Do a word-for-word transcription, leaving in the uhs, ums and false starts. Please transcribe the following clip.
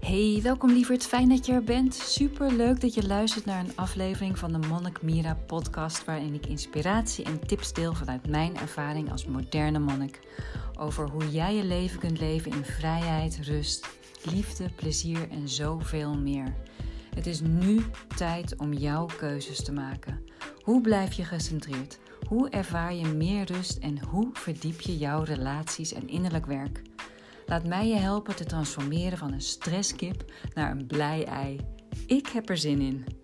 Hey, welkom lieverd. Fijn dat je er bent. Super leuk dat je luistert naar een aflevering van de Monnik Mira podcast, waarin ik inspiratie en tips deel vanuit mijn ervaring als moderne monnik over hoe jij je leven kunt leven in vrijheid, rust, liefde, plezier en zoveel meer. Het is nu tijd om jouw keuzes te maken. Hoe blijf je gecentreerd? Hoe ervaar je meer rust en hoe verdiep je jouw relaties en innerlijk werk? Laat mij je helpen te transformeren van een stresskip naar een blij ei. Ik heb er zin in.